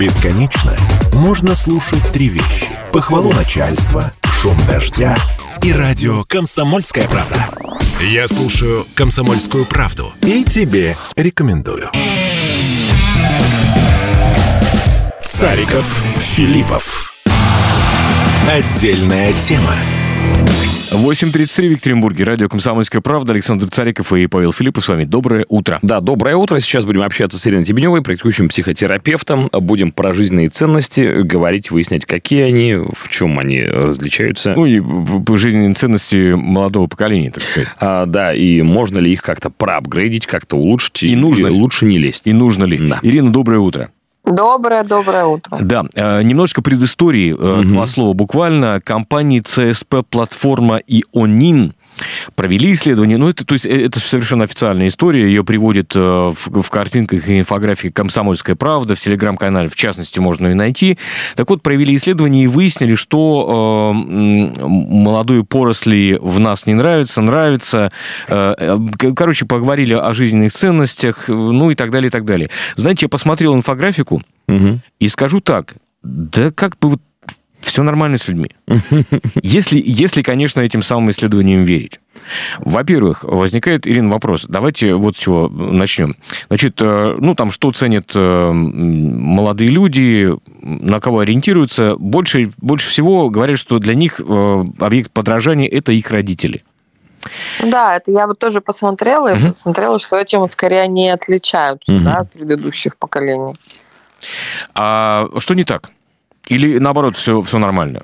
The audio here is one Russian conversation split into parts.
Бесконечно можно слушать три вещи: похвалу начальства, шум дождя и радио «Комсомольская правда». Я слушаю «Комсомольскую правду» и тебе рекомендую. Цариков, Филиппов. Отдельная тема. 8:33 в Екатеринбурге. Радио «Комсомольская правда». Александр Цариков и Павел Филиппов с вами. Доброе утро. Да, доброе утро. Сейчас будем общаться с Ириной Тебеневой, практикующим психотерапевтом. Будем про жизненные ценности говорить, выяснять, какие они, в чем они различаются. Ну и жизненные ценности молодого поколения, так сказать. Да, и можно ли их как-то проапгрейдить, как-то улучшить. И нужно ли? Лучше не лезть. И нужно ли? Да. Ирина, доброе утро. Доброе утро. Да, немножечко предыстории, два слова буквально. Компании ЦСП «Платформа» и ОНИН провели исследование. Ну, это совершенно официальная история. Ее приводит в картинках и инфографике «Комсомольская правда», в телеграм-канале, в частности, можно и найти. Так вот, провели исследование и выяснили, что молодой поросли в нас не нравится. Короче, поговорили о жизненных ценностях, ну и так далее, и так далее. Знаете, я посмотрел инфографику и скажу так. Да как бы все нормально с людьми. Если, конечно, этим самым исследованиям верить. Во-первых, возникает, Ирина, вопрос. Давайте вот с чего начнем. Значит, там что ценят молодые люди, на кого ориентируются. Больше всего говорят, что для них объект подражания – это их родители. Да, это я вот тоже посмотрела, что этим скорее они отличаются от предыдущих поколений. А что не так? Или, наоборот, все нормально?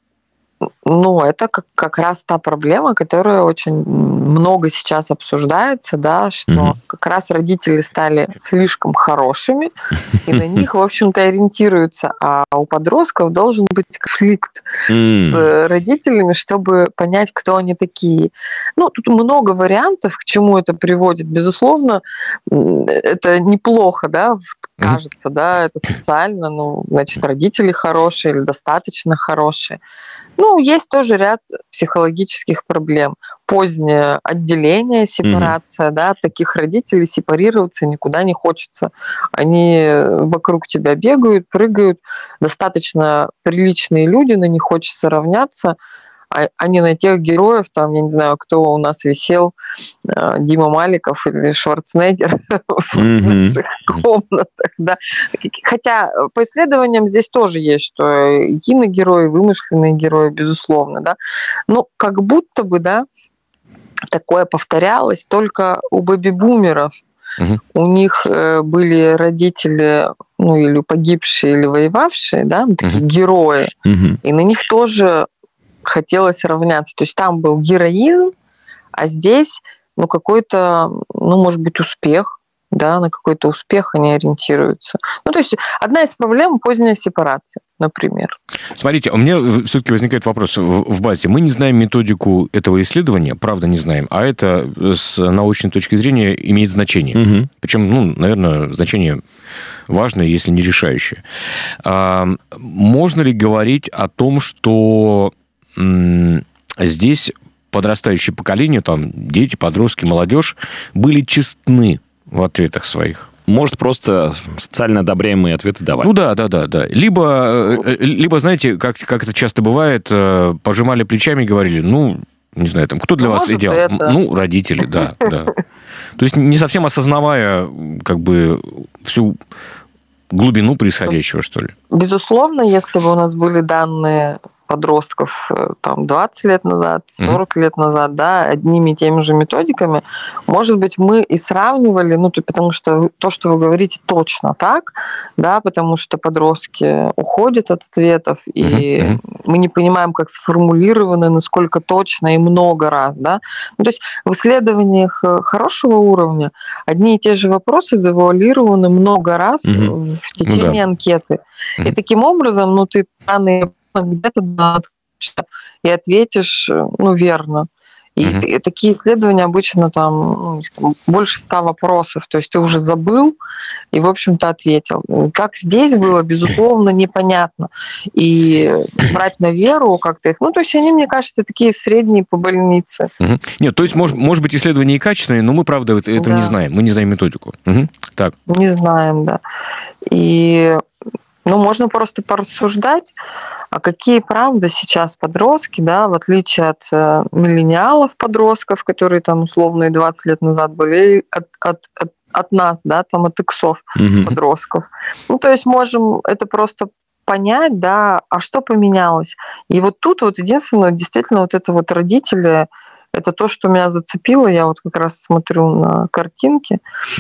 Ну, это как раз та проблема, которая очень много сейчас обсуждается, да, что как раз родители стали слишком хорошими, и на них, в общем-то, ориентируются. А у подростков должен быть конфликт с родителями, чтобы понять, кто они такие. Ну, тут много вариантов, к чему это приводит. Безусловно, это неплохо, да, кажется, да, это социально, значит, родители хорошие или достаточно хорошие. Есть тоже ряд психологических проблем. Позднее отделение, сепарация, да, таких родителей сепарироваться никуда не хочется. Они вокруг тебя бегают, прыгают, достаточно приличные люди, на них хочется равняться, а не на тех героев, там, я не знаю, кто у нас висел, Дима Маликов или Шварценеггер в наших комнатах. Да. Хотя по исследованиям здесь тоже есть, что и киногерои, вымышленные герои, безусловно. Да. Но как будто бы, да, такое повторялось только у бэби-бумеров. У них были родители, или погибшие, или воевавшие, да, такие герои, и на них тоже хотелось равняться. То есть там был героизм, а здесь, какой-то, может быть, успех, да, на какой-то успех они ориентируются. То есть одна из проблем — поздняя сепарация, например. Смотрите, у меня все-таки возникает вопрос в базе. Мы не знаем методику этого исследования, правда не знаем, а это с научной точки зрения имеет значение. Причем, наверное, значение важное, если не решающее. Можно ли говорить о том, что здесь подрастающее поколение, там, дети, подростки, молодежь, были честны в ответах своих? Может, просто социально одобряемые ответы давать. Да. Либо, знаете, как это часто бывает, пожимали плечами и говорили, не знаю, там, кто для вас идеал? Это. Родители, да. То есть не совсем осознавая, всю глубину происходящего, что ли. Безусловно, если бы у нас были данные подростков там 20 лет назад, 40 лет назад, да, одними и теми же методиками, может быть, мы и сравнивали, потому что то, что вы говорите, точно так, да, потому что подростки уходят от ответов, и мы не понимаем, как сформулированы, насколько точно и много раз, да. То есть в исследованиях хорошего уровня одни и те же вопросы завуалированы много раз в течение анкеты. И таким образом, ты данные где-то и ответишь, верно. И такие исследования обычно там больше 100 вопросов. То есть ты уже забыл и, в общем-то, ответил. Как здесь было, безусловно, непонятно. И брать на веру как-то их... то есть они, мне кажется, такие средние по больнице. Нет, то есть, может быть, исследования и качественные, но мы, правда, этого не знаем. Мы не знаем методику. Так. Не знаем, да. И можно просто порассуждать, а какие правда сейчас подростки, да, в отличие от миллениалов подростков, которые там условно 20 лет назад были, от нас, да, там от иксов подростков. То есть можем это просто понять, да, а что поменялось. И вот тут вот единственное, действительно, вот это вот родители, это то, что меня зацепило. Я вот как раз смотрю на картинки.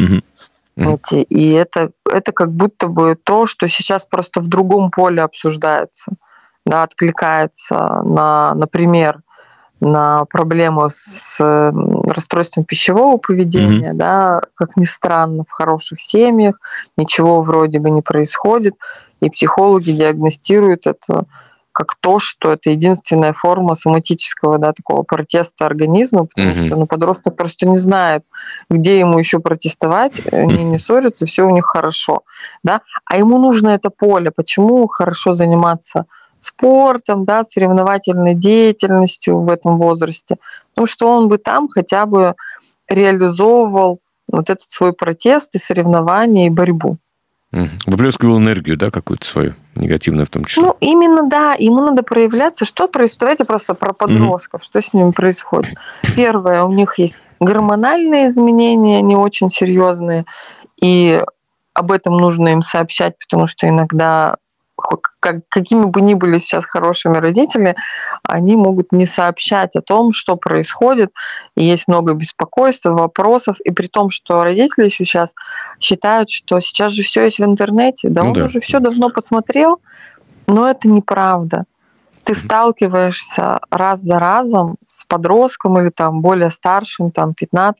И это как будто бы то, что сейчас просто в другом поле обсуждается, да, откликается на, например, на проблему с расстройством пищевого поведения, да, как ни странно, в хороших семьях ничего вроде бы не происходит, и психологи диагностируют это как то, что это единственная форма соматического, да, такого протеста организма, потому что подросток просто не знает, где ему еще протестовать, они не ссорятся, все у них хорошо, да, а ему нужно это поле. Почему хорошо заниматься спортом, да, соревновательной деятельностью в этом возрасте? Потому что он бы там хотя бы реализовывал вот этот свой протест и соревнования, и борьбу. Выплескивал энергию, да, какую-то свою, негативную в том числе. Именно, да, ему надо проявляться. Что происходит? Давайте просто про подростков, что с ними происходит. Первое, у них есть гормональные изменения, не очень серьезные, и об этом нужно им сообщать, потому что иногда, какими бы ни были сейчас хорошими родители, они могут не сообщать о том, что происходит, и есть много беспокойства, вопросов, и при том, что родители еще сейчас считают, что сейчас же все есть в интернете, да, он уже все давно посмотрел, но это неправда. Ты сталкиваешься раз за разом с подростком или там более старшим, там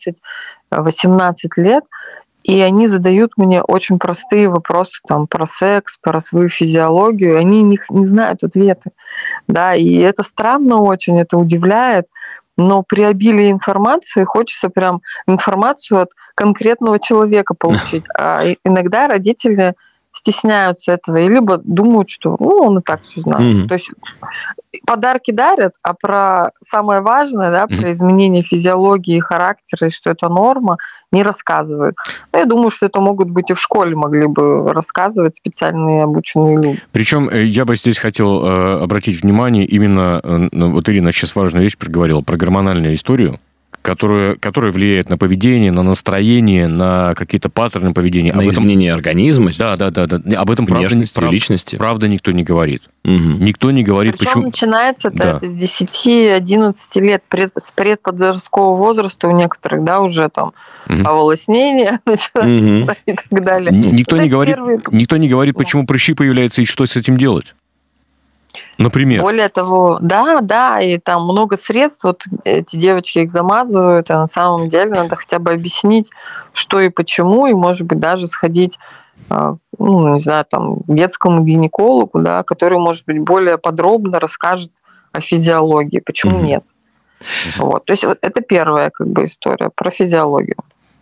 15-18 лет, и они задают мне очень простые вопросы там, про секс, про свою физиологию. Они не знают ответы. Да, и это странно очень, это удивляет. Но при обилии информации хочется прям информацию от конкретного человека получить. А иногда родители стесняются этого, и либо думают, что он и так все знает. То есть подарки дарят, а про самое важное, да, про изменение физиологии, характера, и что это норма, не рассказывают. Но я думаю, что это могут быть и в школе могли бы рассказывать специальные обученные люди. Причем я бы здесь хотел обратить внимание именно, вот Ирина сейчас важную вещь проговорила, про гормональную историю, которая влияет на поведение, на настроение, на какие-то паттерны поведения. На изменение организма. Да. Об этом личности. Правда никто не говорит. Никто не говорит, причем почему... начинается это с 10-11 лет, с предподросткового возраста у некоторых, да, уже там оволоснение начинается и так далее. Никто не говорит, почему прыщи появляются и что с этим делать. Например. Более того, да, и там много средств, вот эти девочки их замазывают, а на самом деле надо хотя бы объяснить, что и почему, и, может быть, даже сходить, не знаю, там, к детскому гинекологу, да, который, может быть, более подробно расскажет о физиологии, почему нет. Вот. То есть вот это первая как бы история про физиологию.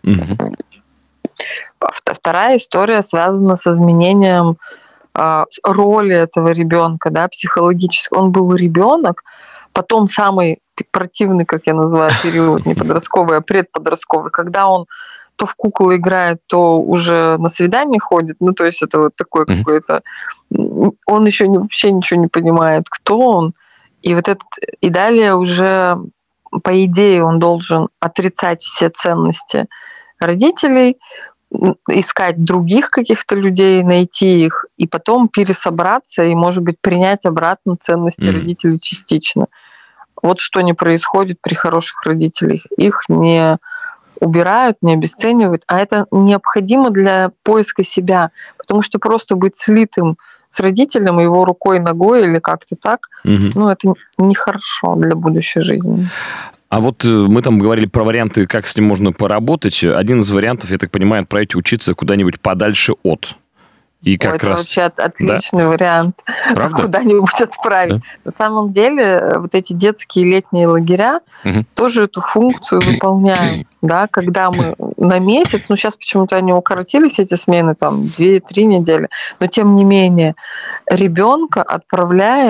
Вторая история связана с изменением роли этого ребенка, да, психологически. Он был ребенок, потом самый противный, как я называю, период, не подростковый, а предподростковый, когда он то в куклу играет, то уже на свидание ходит. То есть это вот такой какой-то... Он еще вообще ничего не понимает, кто он. И далее уже, по идее, он должен отрицать все ценности родителей, искать других каких-то людей, найти их, и потом пересобраться и, может быть, принять обратно ценности родителей частично. Вот что не происходит при хороших родителях. Их не убирают, не обесценивают, а это необходимо для поиска себя, потому что просто быть слитым с родителем, его рукой, ногой или как-то так, это нехорошо для будущей жизни. А вот мы там говорили про варианты, как с ним можно поработать. Один из вариантов, я так понимаю, отправить учиться куда-нибудь подальше от. И как это раз... вообще отличный вариант. Правда? Куда-нибудь отправить. Да? На самом деле, вот эти детские летние лагеря тоже эту функцию выполняют. Да? Когда мы на месяц, сейчас почему-то они укоротились, эти смены, там, 2-3 недели, но тем не менее, ребенка отправляем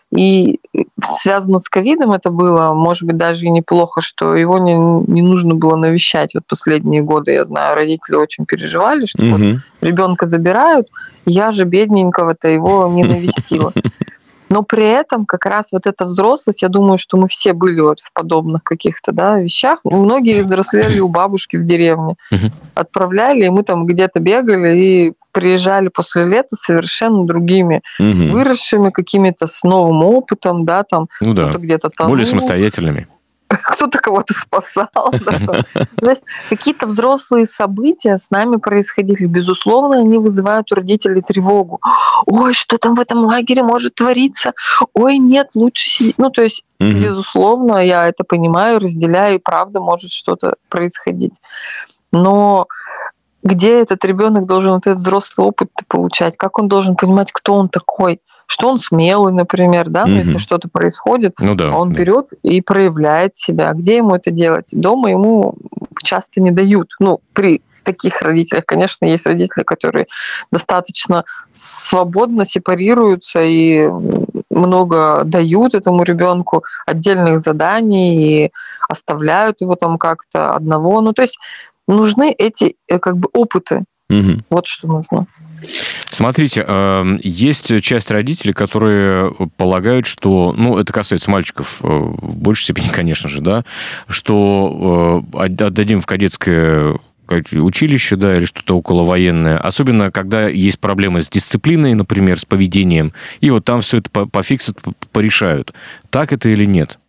И связано с ковидом это было, может быть, даже и неплохо, что его не нужно было навещать. Вот последние годы, я знаю, родители очень переживали, что вот ребенка забирают, я же бедненького-то его не навестила. Но при этом как раз вот эта взрослость, я думаю, что мы все были вот в подобных каких-то, да, вещах. Многие взрослели у бабушки в деревне. Отправляли, и мы там где-то бегали и приезжали после лета совершенно другими, выросшими какими-то с новым опытом, да, там кто-то где-то тонул. Более самостоятельными. Кто-то кого-то спасал. Да. То есть какие-то взрослые события с нами происходили. Безусловно, они вызывают у родителей тревогу. Ой, что там в этом лагере может твориться? Ой, нет, лучше сидеть. Ну, то есть, безусловно, я это понимаю, разделяю, и правда может что-то происходить. Но где этот ребенок должен вот этот взрослый опыт получать? Как он должен понимать, кто он такой? Что он смелый, например, да, но если что-то происходит, он берет и проявляет себя. Где ему это делать? Дома ему часто не дают. Ну, при таких родителях, конечно, есть родители, которые достаточно свободно сепарируются и много дают этому ребенку отдельных заданий и оставляют его там как-то одного. Ну, то есть нужны эти как бы опыты. Вот что нужно. Смотрите, есть часть родителей, которые полагают, что, ну, это касается мальчиков в большей степени, конечно же, да, что отдадим в кадетское училище, да, или что-то околовоенное, особенно когда есть проблемы с дисциплиной, например, с поведением, и вот там все это пофиксят, порешают. Так это или нет?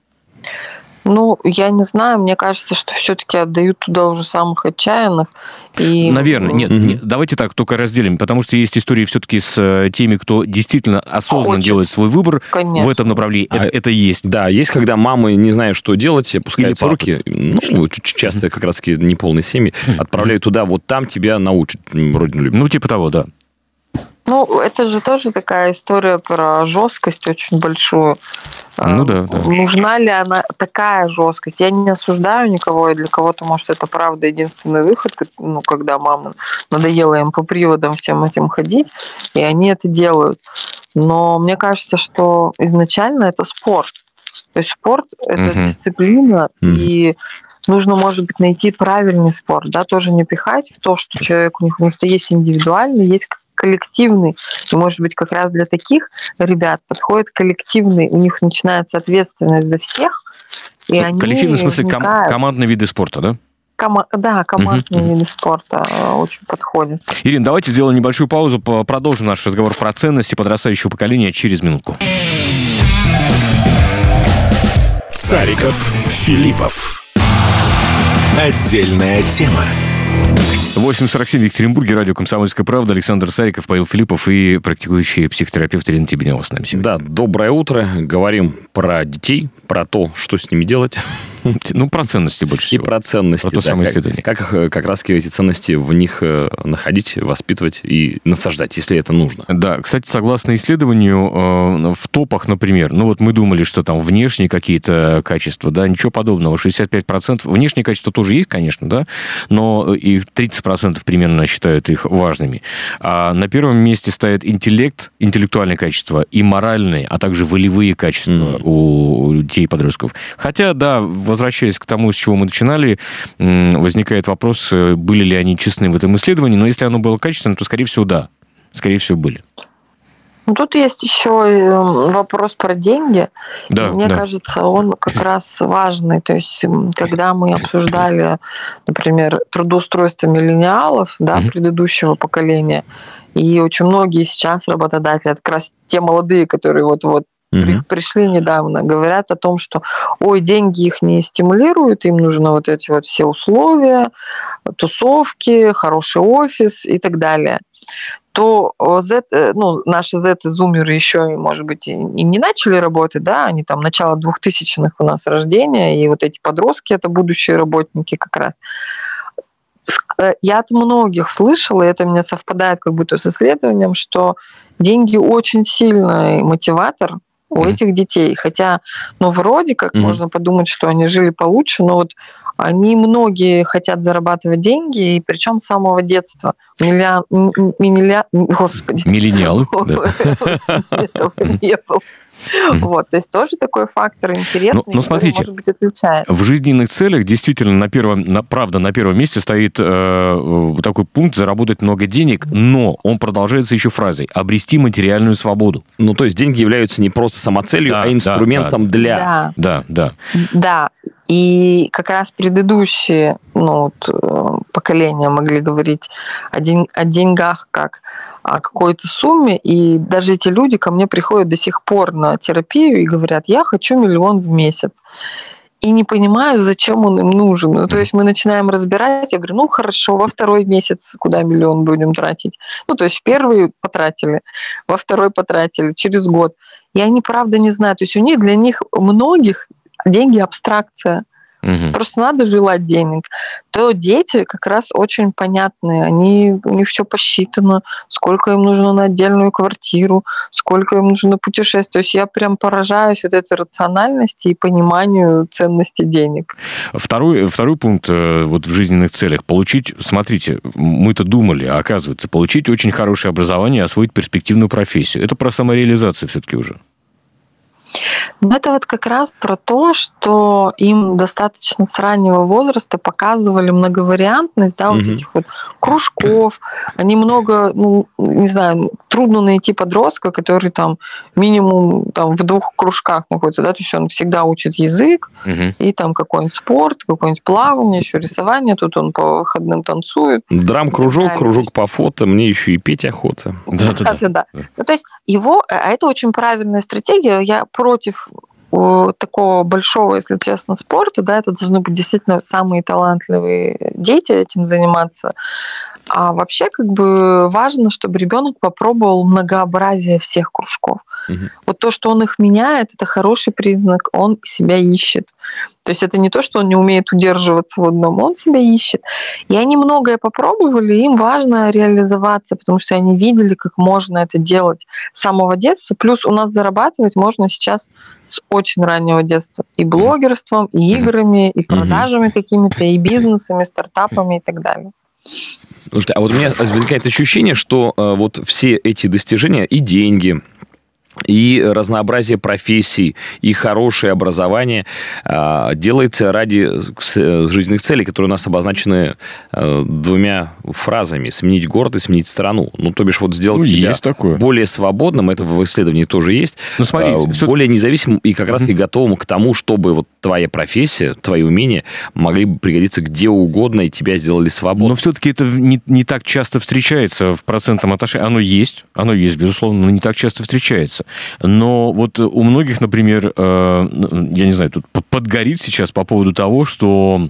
Ну, я не знаю, мне кажется, что все-таки отдают туда уже самых отчаянных. И... Наверное. Нет, давайте так, только разделим, потому что есть истории все-таки с теми, кто действительно осознанно делает свой выбор. Конечно. В этом направлении. Это есть. Да, есть, когда мамы не знают, что делать, опускаются руки. Ну, часто как раз-таки неполные семьи отправляют туда, вот там тебя научат родину любить. Ну, типа того, да. Ну, это же тоже такая история про жесткость очень большую. Ну да. Нужна ли она такая жесткость? Я не осуждаю никого, и для кого-то, может, это правда единственный выход, ну, когда мама надоело им по приводам всем этим ходить, и они это делают. Но мне кажется, что изначально это спорт. То есть спорт – это дисциплина, и нужно, может быть, найти правильный спорт, да, тоже не пихать в то, что человек у них, потому что есть индивидуальный, есть коллективный. И, может быть, как раз для таких ребят подходит коллективный, у них начинается ответственность за всех, и они коллективный, в смысле, командные виды спорта, да? Да, командные виды спорта очень подходят. Ирина, давайте сделаем небольшую паузу, продолжим наш разговор про ценности подрастающего поколения через минутку. Цариков, Филиппов. Отдельная тема. 8:47 в Екатеринбурге, радио «Комсомольская правда». Александр Сариков, Павел Филиппов и практикующий психотерапевт Ирина Тебенева с нами сегодня. Да, доброе утро. Говорим про детей, про то, что с ними делать. Ну, про ценности больше всего. И про ценности. Про то самое исследование. Как раз эти ценности в них находить, воспитывать и насаждать, если это нужно. Да, кстати, согласно исследованию, в топах, например, ну вот мы думали, что там внешние какие-то качества, да, ничего подобного, 65%. Внешние качества тоже есть, конечно, да, но и 30% примерно считают их важными. А на первом месте стоят интеллект, интеллектуальные качества и моральные, а также волевые качества у детей и подростков. Хотя, да, возвращаясь к тому, с чего мы начинали, возникает вопрос, были ли они честны в этом исследовании, но если оно было качественным, то, скорее всего, да. Скорее всего, были. Тут есть еще вопрос про деньги. Да, Мне кажется, он как раз важный. То есть, когда мы обсуждали, например, трудоустройство миллениалов, да, предыдущего поколения, и очень многие сейчас работодатели, это как раз те молодые, которые вот-вот пришли недавно, говорят о том, что ой, деньги их не стимулируют, им нужны вот эти вот все условия, тусовки, хороший офис и так далее. То наши зумеры еще, может быть, и не начали работать, да, они там начало 2000-х у нас рождения, и вот эти подростки, это будущие работники как раз. Я от многих слышала, и это у меня совпадает как будто с исследованием, что деньги очень сильный мотиватор у этих детей. Хотя, вроде как можно подумать, что они жили получше, но вот они многие хотят зарабатывать деньги, и причем с самого детства. Миллениалы. Этого не было. Вот, то есть тоже такой фактор интересный, но смотрите, может быть, отличает. В жизненных целях действительно на первом месте стоит такой пункт «заработать много денег», но он продолжается еще фразой «обрести материальную свободу». Ну, то есть деньги являются не просто самоцелью, а инструментом для... Да, и как раз предыдущие поколения могли говорить о деньгах как о какой-то сумме, и даже эти люди ко мне приходят до сих пор на терапию и говорят, я хочу 1 миллион в месяц. И не понимаю, зачем он им нужен. Ну, то есть мы начинаем разбирать, я говорю, хорошо, во второй месяц куда 1 миллион будем тратить? Ну, то есть в первый потратили, во второй потратили, через год. И они, правда, не знают. То есть для них многих деньги абстракция. Просто надо желать денег. То дети как раз очень понятные. У них все посчитано, сколько им нужно на отдельную квартиру, сколько им нужно путешествовать. То есть я прям поражаюсь этой рациональности и пониманию ценности денег. Второй пункт в жизненных целях. Смотрите, мы-то думали, а оказывается, получить очень хорошее образование и освоить перспективную профессию. Это про самореализацию все-таки уже. Это как раз про то, что им достаточно с раннего возраста показывали многовариантность, этих кружков. Они много, не знаю, трудно найти подростка, который там минимум в 2 кружках находится, да, то есть он всегда учит язык, и там какой-нибудь спорт, какое-нибудь плавание, еще рисование, тут он по выходным танцует. Драм-кружок, кружок по фото, мне еще и петь охота. Да. Ну, то есть это очень правильная стратегия, я против такого большого, если честно, спорта, да, это должны быть действительно самые талантливые дети этим заниматься. А вообще важно, чтобы ребенок попробовал многообразие всех кружков. Вот то, что он их меняет, это хороший признак, он себя ищет. То есть это не то, что он не умеет удерживаться в одном, он себя ищет. И они многое попробовали, им важно реализоваться, потому что они видели, как можно это делать с самого детства. Плюс у нас зарабатывать можно сейчас с очень раннего детства. И блогерством, и играми, и продажами какими-то, и бизнесами, стартапами и так далее. Слушайте, а вот у меня возникает ощущение, что вот все эти достижения и деньги, и разнообразие профессий, и хорошее образование делается ради жизненных целей, которые у нас обозначены 2 фразами: сменить город и сменить страну. Ну, то бишь, сделать себя более свободным, это в исследовании тоже есть, более независимым и как раз и готовым к тому, чтобы твоя профессия, твои умения могли бы пригодиться где угодно, и тебя сделали свободным. Но все-таки это не так часто встречается в процентном отношении. Оно есть, безусловно, но не так часто встречается. Но у многих, например, я не знаю, тут подгорит сейчас по поводу того, что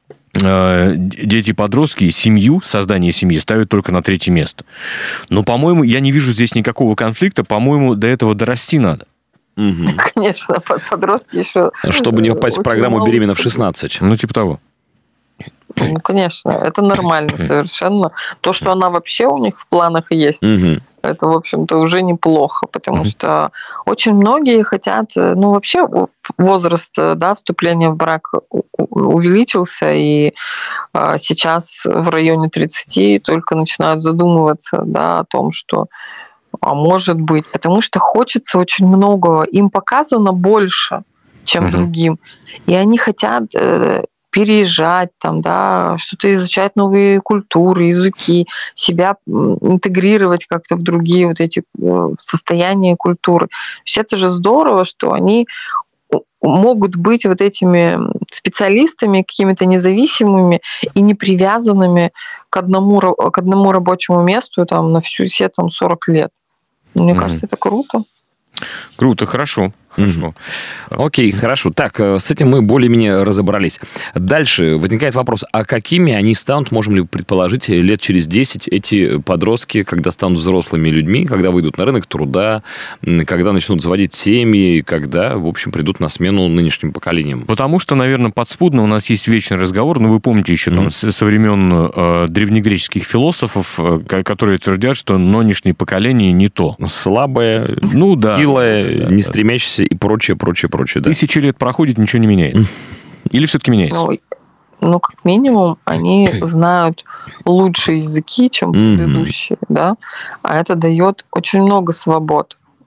дети-подростки создание семьи ставят только на 3-е место. Но, по-моему, я не вижу здесь никакого конфликта. По-моему, до этого дорасти надо. Конечно, подростки еще... Чтобы не попасть в программу «Беременна в 16». Ну, типа того. Ну, конечно, это нормально совершенно. То, что она вообще у них в планах есть, это, в общем-то, уже неплохо, потому что очень многие хотят... вообще возраст вступления в брак увеличился, и сейчас в районе 30 только начинают задумываться о том, что может быть, потому что хочется очень многого. Им показано больше, чем другим. И они хотят... переезжать, что-то изучать новые культуры, языки, себя интегрировать как-то в другие эти состояния культуры. То есть это же здорово, что они могут быть этими специалистами, какими-то независимыми и не привязанными к одному рабочему месту на все 40 лет. Мне кажется, это круто. Круто, хорошо. Окей, хорошо. Так, с этим мы более-менее разобрались. Дальше возникает вопрос, а какими они станут, можем ли предположить, лет через 10 эти подростки, когда станут взрослыми людьми, когда выйдут на рынок труда, когда начнут заводить семьи, когда, в общем, придут на смену нынешним поколениям? Потому что, наверное, подспудно у нас есть вечный разговор, вы помните еще со времен древнегреческих философов, которые твердят, что нынешнее поколение не то. Слабое, хилое, не стремящееся и прочее. Да. 1000 лет проходит, ничего не меняет. Или все-таки меняется? Как минимум, они знают лучшие языки, чем предыдущие, а это дает очень много свобод.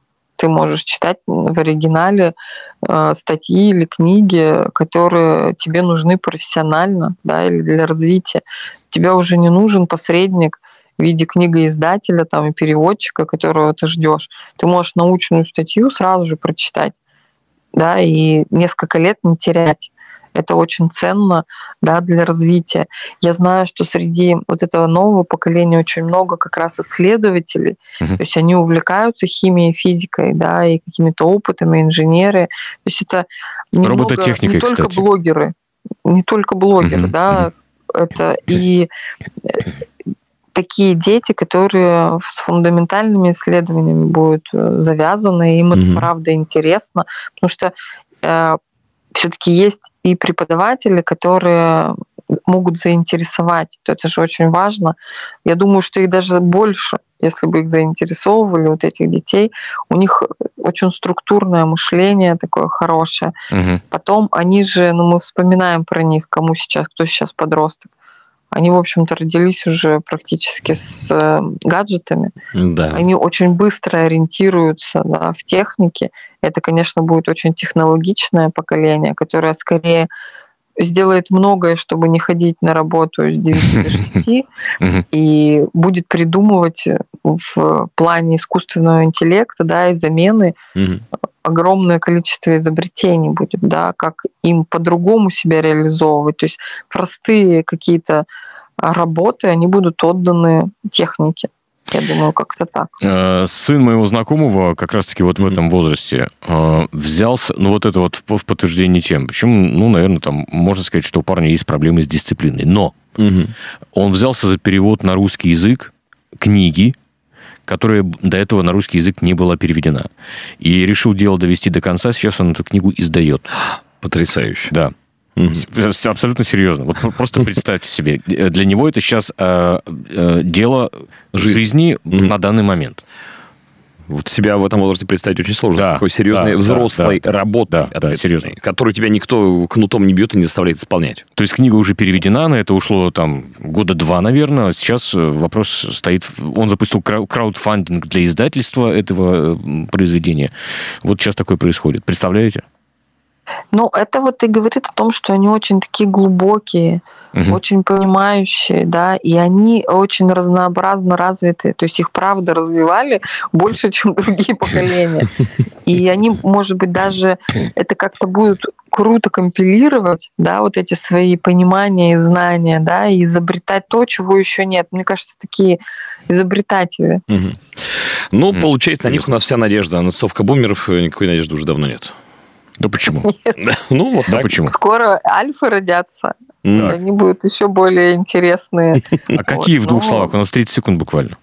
ты можешь читать в оригинале статьи или книги, которые тебе нужны профессионально, да, или для развития. Тебе уже не нужен посредник в виде книгоиздателя там, и переводчика, которого ты ждешь. Ты можешь научную статью сразу же прочитать, да, и несколько лет не терять. Это очень ценно, да, для развития. Я знаю, что среди вот этого нового поколения очень много как раз исследователей. То есть они увлекаются химией, физикой, да, и какими-то опытами, инженеры. То есть это робототехникой, не только кстати. блогеры, да, это и такие дети, которые с фундаментальными исследованиями будут завязаны, им это правда интересно, потому что все-таки есть и преподаватели, которые могут заинтересовать. Это же очень важно. Я думаю, что их даже больше, если бы их заинтересовывали, вот этих детей. У них очень структурное мышление такое хорошее. Потом они же, мы вспоминаем про них, кто сейчас подросток. Они, в общем-то, родились уже практически с гаджетами. Да. Они очень быстро ориентируются, да, в технике. Это, конечно, будет очень технологичное поколение, которое скорее сделает многое, чтобы не ходить на работу с 9 до 6, и будет придумывать в плане искусственного интеллекта, да, и замены огромное количество изобретений будет, да, как им по-другому себя реализовывать. То есть простые какие-то работы, они будут отданы технике. Я думаю, как-то так. Сын моего знакомого как раз-таки вот в этом возрасте взялся, вот это вот в подтверждение тем. Причем, наверное, там можно сказать, что у парня есть проблемы с дисциплиной. Но он взялся за перевод на русский язык книги, которая до этого на русский язык не была переведена. И решил дело довести до конца. Сейчас он эту книгу издает. Потрясающе. Да. Абсолютно серьезно. Вот просто представьте себе. Для него это сейчас дело жизни на данный момент. Вот себя в этом возрасте представить очень сложно. Да, такой серьезной взрослой работы, серьезно. Которую тебя никто кнутом не бьет и не заставляет исполнять. То есть книга уже переведена, на это ушло там года 2, наверное. Сейчас вопрос стоит... Он запустил краудфандинг для издательства этого произведения. Вот сейчас такое происходит. Представляете? Это вот и говорит о том, что они очень такие глубокие, очень понимающие, да, и они очень разнообразно развиты, то есть их, правда, развивали больше, чем другие поколения. И они, может быть, даже это как-то будут круто компилировать, да, вот эти свои понимания и знания, да, и изобретать то, чего еще нет. Мне кажется, такие изобретатели. Получается, на них у нас вся надежда. На совка-бумеров никакой надежды уже давно нет. Да почему? Вот так. Почему? Скоро альфы родятся, они будут еще более интересные. А какие в 2 словах? У нас 30 секунд буквально.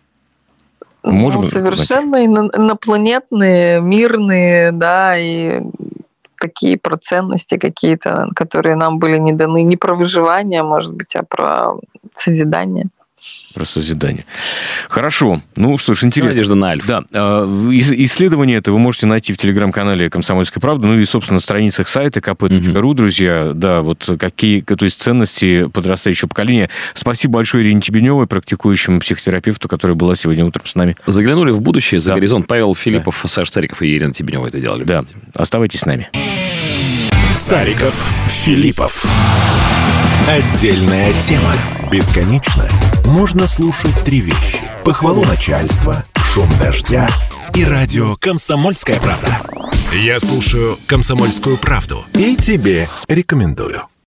Совершенно инопланетные, мирные, да, и такие про ценности какие-то, которые нам были не даны. Не про выживание, может быть, а про созидание. Про созидание. Хорошо. Что ж, интересно. Надежда на альф. Да. Исследование это вы можете найти в телеграм-канале «Комсомольская правда», и, собственно, на страницах сайта kp.ru, друзья. Да, вот какие, то есть ценности подрастающего поколения. Спасибо большое Ирине Тебеневой, практикующему психотерапевту, которая была сегодня утром с нами. Заглянули в будущее, за горизонт. Павел Филиппов, Саша Цариков и Ирина Тебенева это делали. Да. Оставайтесь с нами. Цариков, Филиппов. Отдельная тема. Бесконечно можно слушать 3 вещи. Похвалу начальства, шум дождя и радио «Комсомольская правда». Я слушаю «Комсомольскую правду» и тебе рекомендую.